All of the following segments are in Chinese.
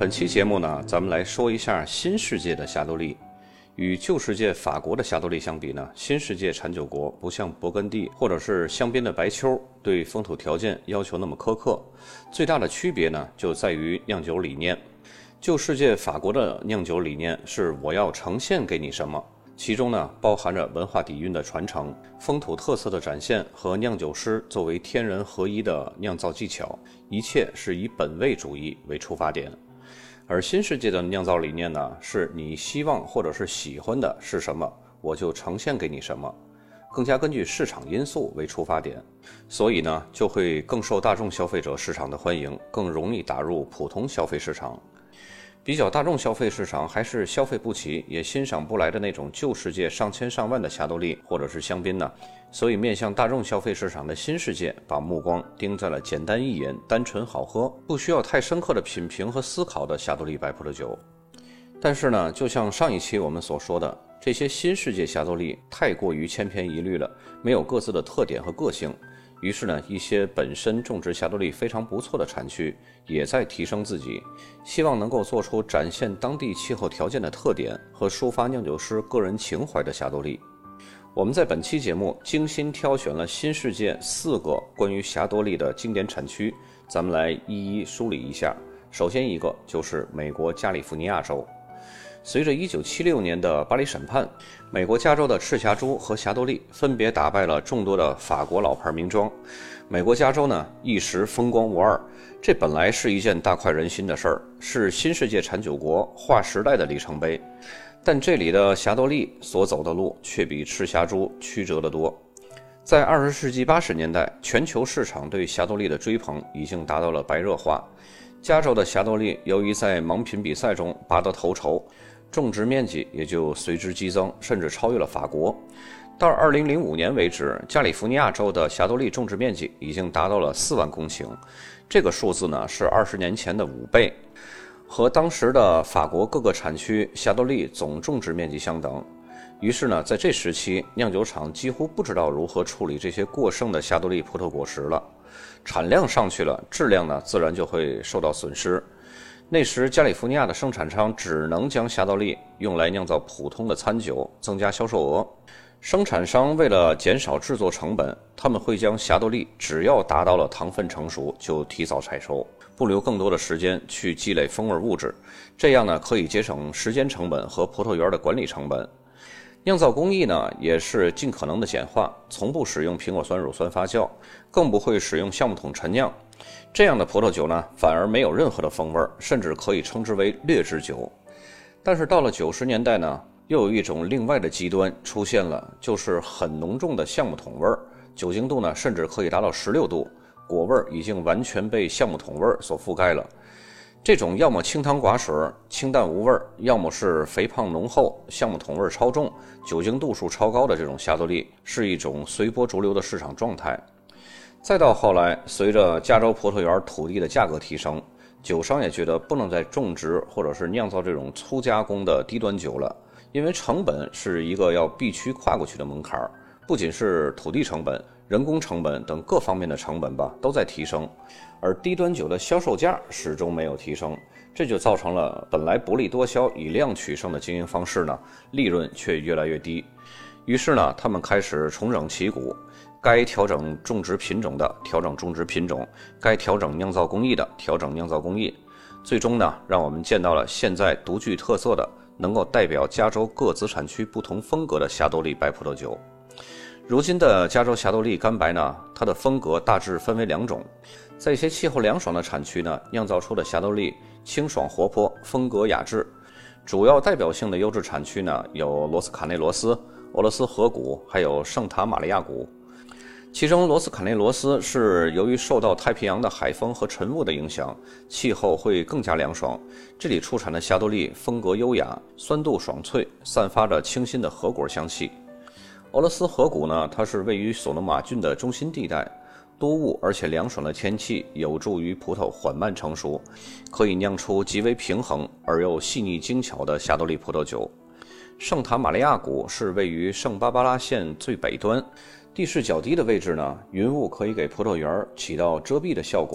本期节目呢，咱们来说一下新世界的霞多丽。与旧世界法国的霞多丽相比呢，新世界产酒国不像勃艮第或者是香槟的白丘对风土条件要求那么苛刻。最大的区别呢，就在于酿酒理念。旧世界法国的酿酒理念是我要呈现给你什么，其中呢包含着文化底蕴的传承、风土特色的展现和酿酒师作为天人合一的酿造技巧，一切是以本位主义为出发点。而新世界的酿造理念呢，是你希望或者是喜欢的是什么，我就呈现给你什么，更加根据市场因素为出发点，所以呢就会更受大众消费者市场的欢迎，更容易打入普通消费市场。比较大众消费市场还是消费不起也欣赏不来的那种旧世界上千上万的霞多丽或者是香槟呢，所以面向大众消费市场的新世界把目光盯在了简单易饮、单纯好喝，不需要太深刻的品评和思考的霞多丽白葡萄酒。但是呢，就像上一期我们所说的，这些新世界霞多丽太过于千篇一律了，没有各自的特点和个性。于是呢，一些本身种植霞多丽非常不错的产区也在提升自己，希望能够做出展现当地气候条件的特点和抒发酿酒师个人情怀的霞多丽。我们在本期节目精心挑选了新世界4个关于霞多丽的经典产区，咱们来一一梳理一下。首先一个就是美国加利福尼亚州。随着1976年的巴黎审判，美国加州的赤霞珠和霞多丽分别打败了众多的法国老牌名庄，美国加州呢一时风光无二。这本来是一件大快人心的事儿，是新世界产酒国划时代的里程碑。但这里的霞多丽所走的路却比赤霞珠曲折得多。在20世纪80年代，全球市场对霞多丽的追捧已经达到了白热化。加州的霞多丽由于在盲品比赛中拔得头筹，种植面积也就随之激增，甚至超越了法国。到2005年为止，加利福尼亚州的霞多丽种植面积已经达到了4万公顷，这个数字呢是20年前的5倍，和当时的法国各个产区霞多丽总种植面积相等。于是呢，在这时期，酿酒厂几乎不知道如何处理这些过剩的霞多丽葡萄果实了，产量上去了，质量呢自然就会受到损失。那时加利福尼亚的生产商只能将霞多丽用来酿造普通的餐酒，增加销售额。生产商为了减少制作成本，他们会将霞多丽只要达到了糖分成熟就提早采收，不留更多的时间去积累风味物质，这样呢可以节省时间成本和葡萄园的管理成本。酿造工艺呢也是尽可能的简化，从不使用苹果酸乳酸发酵，更不会使用橡木桶陈酿。这样的葡萄酒呢反而没有任何的风味，甚至可以称之为劣质酒。但是到了90年代呢，又有一种另外的极端出现了，就是很浓重的橡木桶味，酒精度呢甚至可以达到16度，果味已经完全被橡木桶味所覆盖了。这种要么清汤寡水、清淡无味，要么是肥胖浓厚、橡木桶味超重、酒精度数超高的这种霞多丽，是一种随波逐流的市场状态。再到后来，随着加州葡萄园土地的价格提升，酒商也觉得不能再种植或者是酿造这种粗加工的低端酒了，因为成本是一个要必须跨过去的门槛，不仅是土地成本、人工成本等各方面的成本吧都在提升，而低端酒的销售价始终没有提升，这就造成了本来薄利多销以量取胜的经营方式呢，利润却越来越低。于是呢，他们开始重整旗鼓，该调整种植品种的调整种植品种，该调整酿造工艺的调整酿造工艺，最终呢，让我们见到了现在独具特色的能够代表加州各子产区不同风格的霞多丽白葡萄酒。如今的加州霞多丽干白呢，它的风格大致分为2种。在一些气候凉爽的产区呢，酿造出的霞多丽清爽活泼，风格雅致。主要代表性的优质产区呢，有罗斯卡内罗斯、俄罗斯河谷，还有圣塔玛利亚谷。其中罗斯卡内罗斯是由于受到太平洋的海风和晨雾的影响，气候会更加凉爽。这里出产的霞多丽风格优雅，酸度爽脆，散发着清新的核果香气。俄罗斯河谷呢，它是位于索诺马郡的中心地带，多雾而且凉爽的天气有助于葡萄缓慢成熟，可以酿出极为平衡而又细腻精巧的霞多丽葡萄酒。圣塔玛利亚谷是位于圣巴巴拉县最北端，地势较低的位置呢，云雾可以给葡萄园起到遮蔽的效果，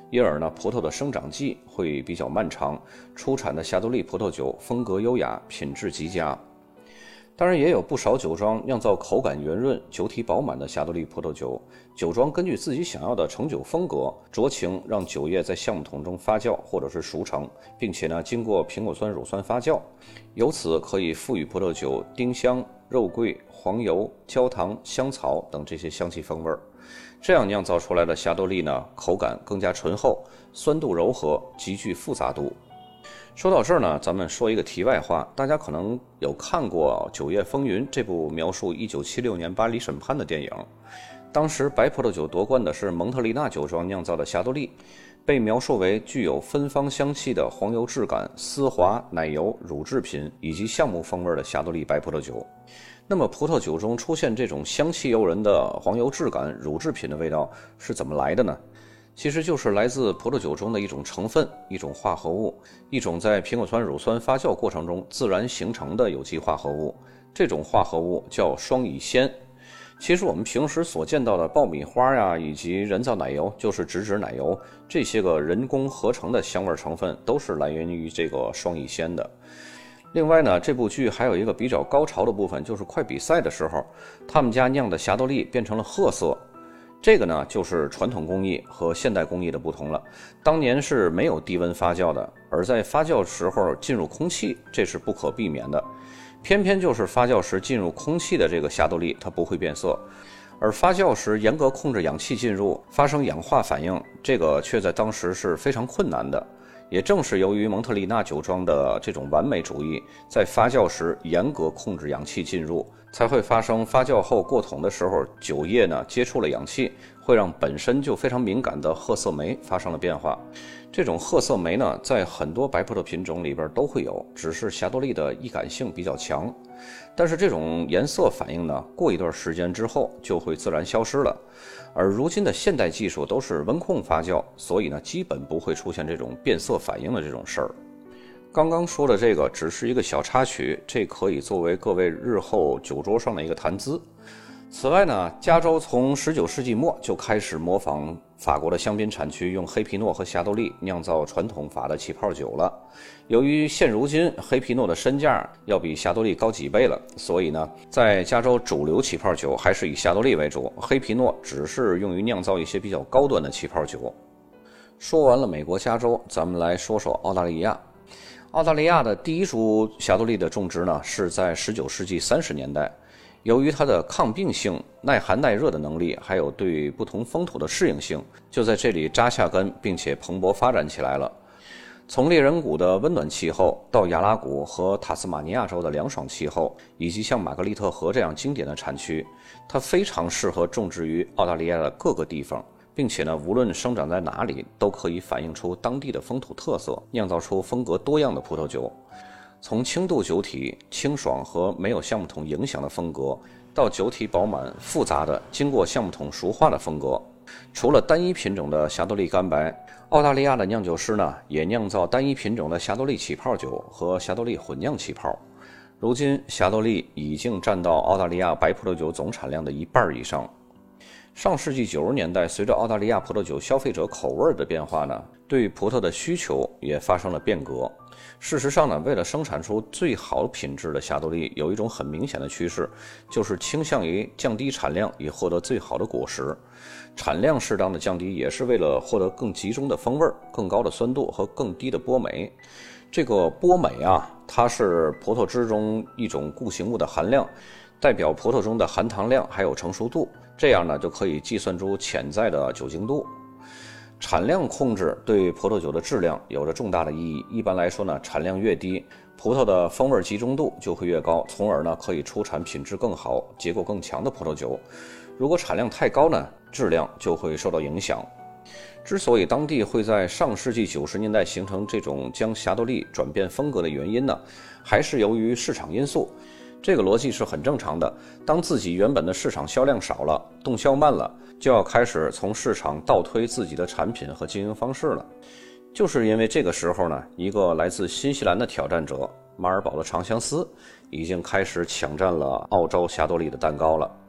因而呢，葡萄的生长季会比较漫长，出产的霞多丽葡萄酒风格优雅，品质极佳。当然，也有不少酒庄酿造口感圆润、酒体饱满的霞多丽葡萄酒。酒庄根据自己想要的盛酒风格，酌情让酒液在橡木桶中发酵或者是熟成，并且呢，经过苹果酸乳酸发酵，由此可以赋予葡萄酒丁香、肉桂、黄油、焦糖、香草等这些香气风味。这样酿造出来的霞多丽呢，口感更加醇厚，酸度柔和，极具复杂度。说到这儿呢，咱们说一个题外话，大家可能有看过《酒业风云》这部描述1976年巴黎审判的电影。当时白葡萄酒夺冠的是蒙特利纳酒庄酿造的霞多丽，被描述为具有芬芳香气的黄油质感、丝滑、奶油、乳制品以及橡木风味的霞多丽白葡萄酒。那么葡萄酒中出现这种香气诱人的黄油质感、乳制品的味道是怎么来的呢？其实就是来自葡萄酒中的一种成分，一种化合物，一种在苹果酸乳酸发酵过程中自然形成的有机化合物。这种化合物叫双乙酰。其实我们平时所见到的爆米花呀，以及人造奶油，就是植脂奶油，这些个人工合成的香味成分都是来源于这个双乙酰的。另外呢，这部剧还有一个比较高潮的部分，就是快比赛的时候，他们家酿的霞多丽变成了褐色。这个呢，就是传统工艺和现代工艺的不同了。当年是没有低温发酵的，而在发酵时候进入空气，这是不可避免的。偏偏就是发酵时进入空气的这个霞多丽，它不会变色，而发酵时严格控制氧气进入，发生氧化反应，这个却在当时是非常困难的。也正是由于蒙特利纳酒庄的这种完美主义，在发酵时严格控制氧气进入，才会发生发酵后过桶的时候，酒液呢接触了氧气，会让本身就非常敏感的褐色酶发生了变化。这种褐色酶呢，在很多白葡萄品种里边都会有，只是霞多丽的易感性比较强。但是这种颜色反应呢，过一段时间之后就会自然消失了。而如今的现代技术都是温控发酵，所以呢，基本不会出现这种变色反应的这种事儿。刚刚说的这个只是一个小插曲，这可以作为各位日后酒桌上的一个谈资。此外呢，加州从19世纪末就开始模仿法国的香槟产区，用黑皮诺和霞多丽酿造传统法的起泡酒了。由于现如今黑皮诺的身价要比霞多丽高几倍了，所以呢，在加州主流起泡酒还是以霞多丽为主，黑皮诺只是用于酿造一些比较高端的起泡酒。说完了美国加州，咱们来说说澳大利亚。澳大利亚的第一株霞多丽的种植呢，是在19世纪30年代。由于它的抗病性、耐寒耐热的能力，还有对不同风土的适应性，就在这里扎下根，并且蓬勃发展起来了。从猎人谷的温暖气候，到亚拉谷和塔斯马尼亚州的凉爽气候，以及像玛格丽特河这样经典的产区，它非常适合种植于澳大利亚的各个地方，并且呢，无论生长在哪里，都可以反映出当地的风土特色，酿造出风格多样的葡萄酒。从轻度酒体、清爽和没有橡木桶影响的风格，到酒体饱满、复杂的经过橡木桶熟化的风格。除了单一品种的霞多丽干白，澳大利亚的酿酒师呢，也酿造单一品种的霞多丽起泡酒和霞多丽混酿起泡。如今，霞多丽已经占到澳大利亚白葡萄酒总产量的1半以上。上世纪90年代，随着澳大利亚葡萄酒消费者口味的变化呢，对葡萄的需求也发生了变革。事实上呢，为了生产出最好品质的霞多丽，有一种很明显的趋势，就是倾向于降低产量，以获得最好的果实。产量适当的降低，也是为了获得更集中的风味、更高的酸度和更低的波美。这个波美啊，它是葡萄汁中一种固形物的含量，代表葡萄中的含糖量还有成熟度，这样呢就可以计算出潜在的酒精度。产量控制对葡萄酒的质量有着重大的意义。一般来说呢，产量越低，葡萄的风味集中度就会越高，从而呢可以出产品质更好、结构更强的葡萄酒。如果产量太高呢，质量就会受到影响。之所以当地会在上世纪90年代形成这种将霞多丽转变风格的原因呢，还是由于市场因素。这个逻辑是很正常的，当自己原本的市场销量少了，动销慢了，就要开始从市场倒推自己的产品和经营方式了。就是因为这个时候呢，一个来自新西兰的挑战者马尔堡的长相思已经开始抢占了澳洲霞多丽的蛋糕了。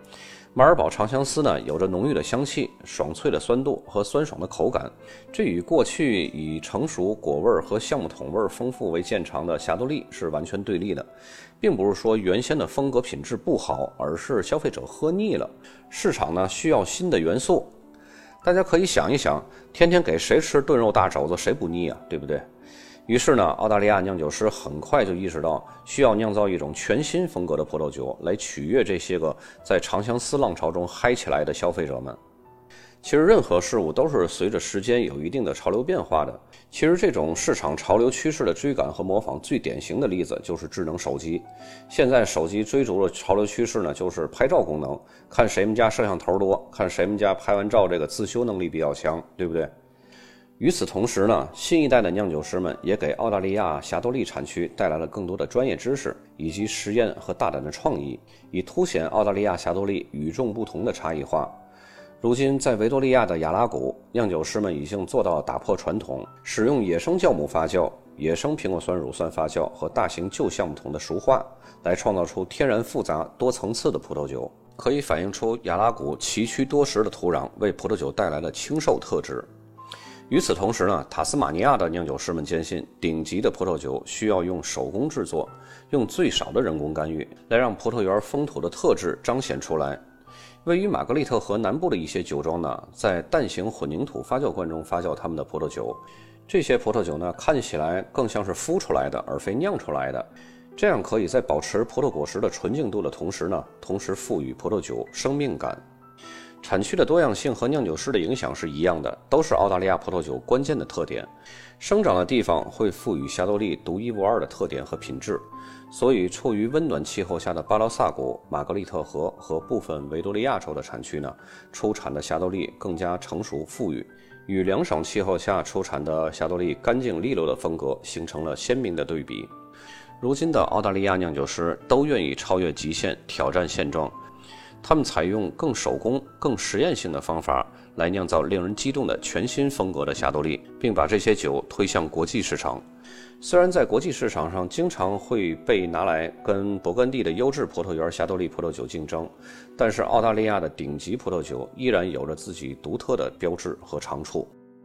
马尔堡长相思呢，有着浓郁的香气、爽脆的酸度和酸爽的口感，这与过去以成熟果味和橡木桶味丰富为见长的霞多丽是完全对立的。并不是说原先的风格品质不好，而是消费者喝腻了，市场呢需要新的元素。大家可以想一想，天天给谁吃炖肉大肘子，谁不腻啊，对不对？于是呢，澳大利亚酿酒师很快就意识到，需要酿造一种全新风格的葡萄酒，来取悦这些个在长相思浪潮中嗨起来的消费者们。其实任何事物都是随着时间有一定的潮流变化的。其实这种市场潮流趋势的追赶和模仿，最典型的例子就是智能手机。现在手机追逐的潮流趋势呢，就是拍照功能，看谁们家摄像头多，看谁们家拍完照这个自修能力比较强，对不对？与此同时呢，新一代的酿酒师们也给澳大利亚霞多丽产区带来了更多的专业知识以及实验和大胆的创意，以凸显澳大利亚霞多丽与众不同的差异化。如今在维多利亚的亚拉谷，酿酒师们已经做到了打破传统，使用野生酵母发酵、野生苹果酸乳酸发酵和大型旧橡木桶的熟化，来创造出天然复杂多层次的葡萄酒，可以反映出亚拉谷崎岖多石的土壤为葡萄酒带来的清瘦特质。与此同时呢，塔斯马尼亚的酿酒师们坚信，顶级的葡萄酒需要用手工制作，用最少的人工干预，来让葡萄园风土的特质彰显出来。位于玛格丽特河南部的一些酒庄呢，在蛋形混凝土发酵罐中发酵他们的葡萄酒，这些葡萄酒呢，看起来更像是孵出来的，而非酿出来的。这样可以在保持葡萄果实的纯净度的同时呢，同时赋予葡萄酒生命感。产区的多样性和酿酒师的影响是一样的，都是澳大利亚葡萄酒关键的特点。生长的地方会赋予霞多丽独一无二的特点和品质，所以处于温暖气候下的巴劳萨谷、玛格丽特河和部分维多利亚州的产区呢，出产的霞多丽更加成熟富裕，与凉爽气候下出产的霞多丽干净利落的风格形成了鲜明的对比。如今的澳大利亚酿酒师都愿意超越极限，挑战现状。他们采用更手工、更实验性的方法来酿造令人激动的全新风格的霞多丽，并把这些酒推向国际市场。虽然在国际市场上经常会被拿来跟勃艮第的优质葡萄园霞多丽葡萄酒竞争，但是澳大利亚的顶级葡萄酒依然有着自己独特的标志和长处。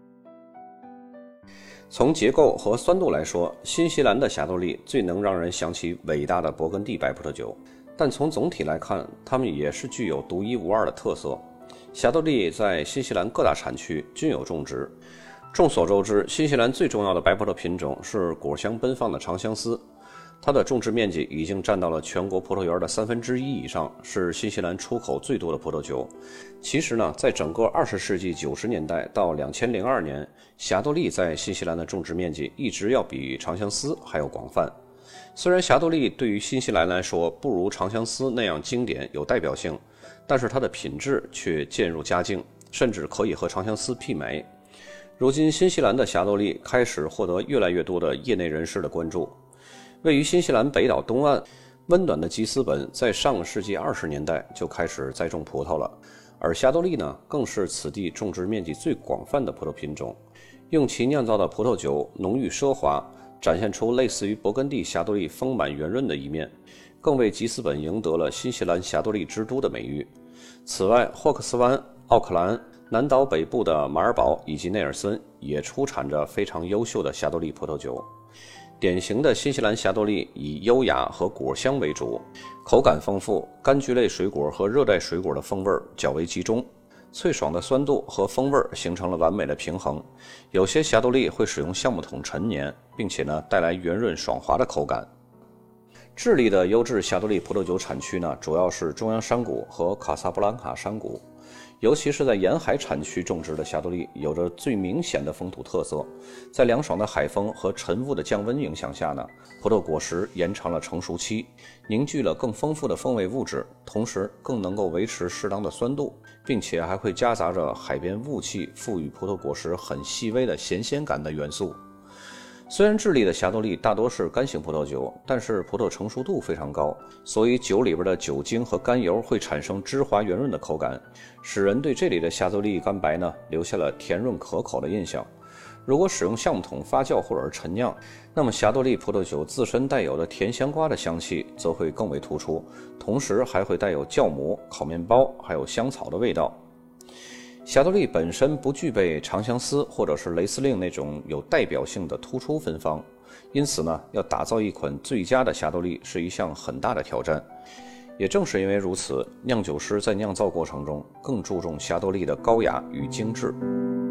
从结构和酸度来说，新西兰的霞多丽最能让人想起伟大的勃艮第白葡萄酒。但从总体来看，它们也是具有独一无二的特色。霞多丽在新西兰各大产区均有种植。众所周知，新西兰最重要的白葡萄品种是果香奔放的长相思，它的种植面积已经占到了全国葡萄园的1/3以上，是新西兰出口最多的葡萄酒。其实呢，在整个20世纪90年代到2002年，霞多丽在新西兰的种植面积一直要比长相思还要广泛。虽然霞多丽对于新西兰来说不如长相思那样经典有代表性，但是它的品质却渐入佳境，甚至可以和长相思媲美。如今新西兰的霞多丽开始获得越来越多的业内人士的关注。位于新西兰北岛东岸温暖的基斯本在上个世纪20年代就开始栽种葡萄了，而霞多丽呢，更是此地种植面积最广泛的葡萄品种。用其酿造的葡萄酒浓郁奢华，展现出类似于勃艮第霞多丽丰满圆润的一面，更为基斯本赢得了新西兰霞多丽之都的美誉。此外，霍克斯湾、奥克兰、南岛北部的马尔堡以及内尔森也出产着非常优秀的霞多丽葡萄酒。典型的新西兰霞多丽以优雅和果香为主，口感丰富，柑橘类水果和热带水果的风味较为集中，脆爽的酸度和风味形成了完美的平衡。有些霞多丽会使用橡木桶陈年，并且呢带来圆润爽滑的口感。智利的优质霞多丽葡萄酒产区呢，主要是中央山谷和卡萨布兰卡山谷，尤其是在沿海产区种植的霞多丽有着最明显的风土特色。在凉爽的海风和晨雾的降温影响下呢，葡萄果实延长了成熟期，凝聚了更丰富的风味物质，同时更能够维持适当的酸度，并且还会夹杂着海边雾气，赋予葡萄果实很细微的咸鲜感的元素。虽然智利的霞多丽大多是干型葡萄酒，但是葡萄成熟度非常高，所以酒里边的酒精和甘油会产生汁滑圆润的口感，使人对这里的霞多丽干白呢留下了甜润可口的印象。 如果使用橡木桶发酵或者是陈酿，那么霞多丽葡萄酒自身带有的甜香瓜的香气则会更为突出，同时还会带有酵母、烤面包还有香草的味道。霞多丽本身不具备长相思或者是雷司令那种有代表性的突出芬芳，因此呢，要打造一款最佳的霞多丽是一项很大的挑战。也正是因为如此，酿酒师在酿造过程中更注重霞多丽的高雅与精致。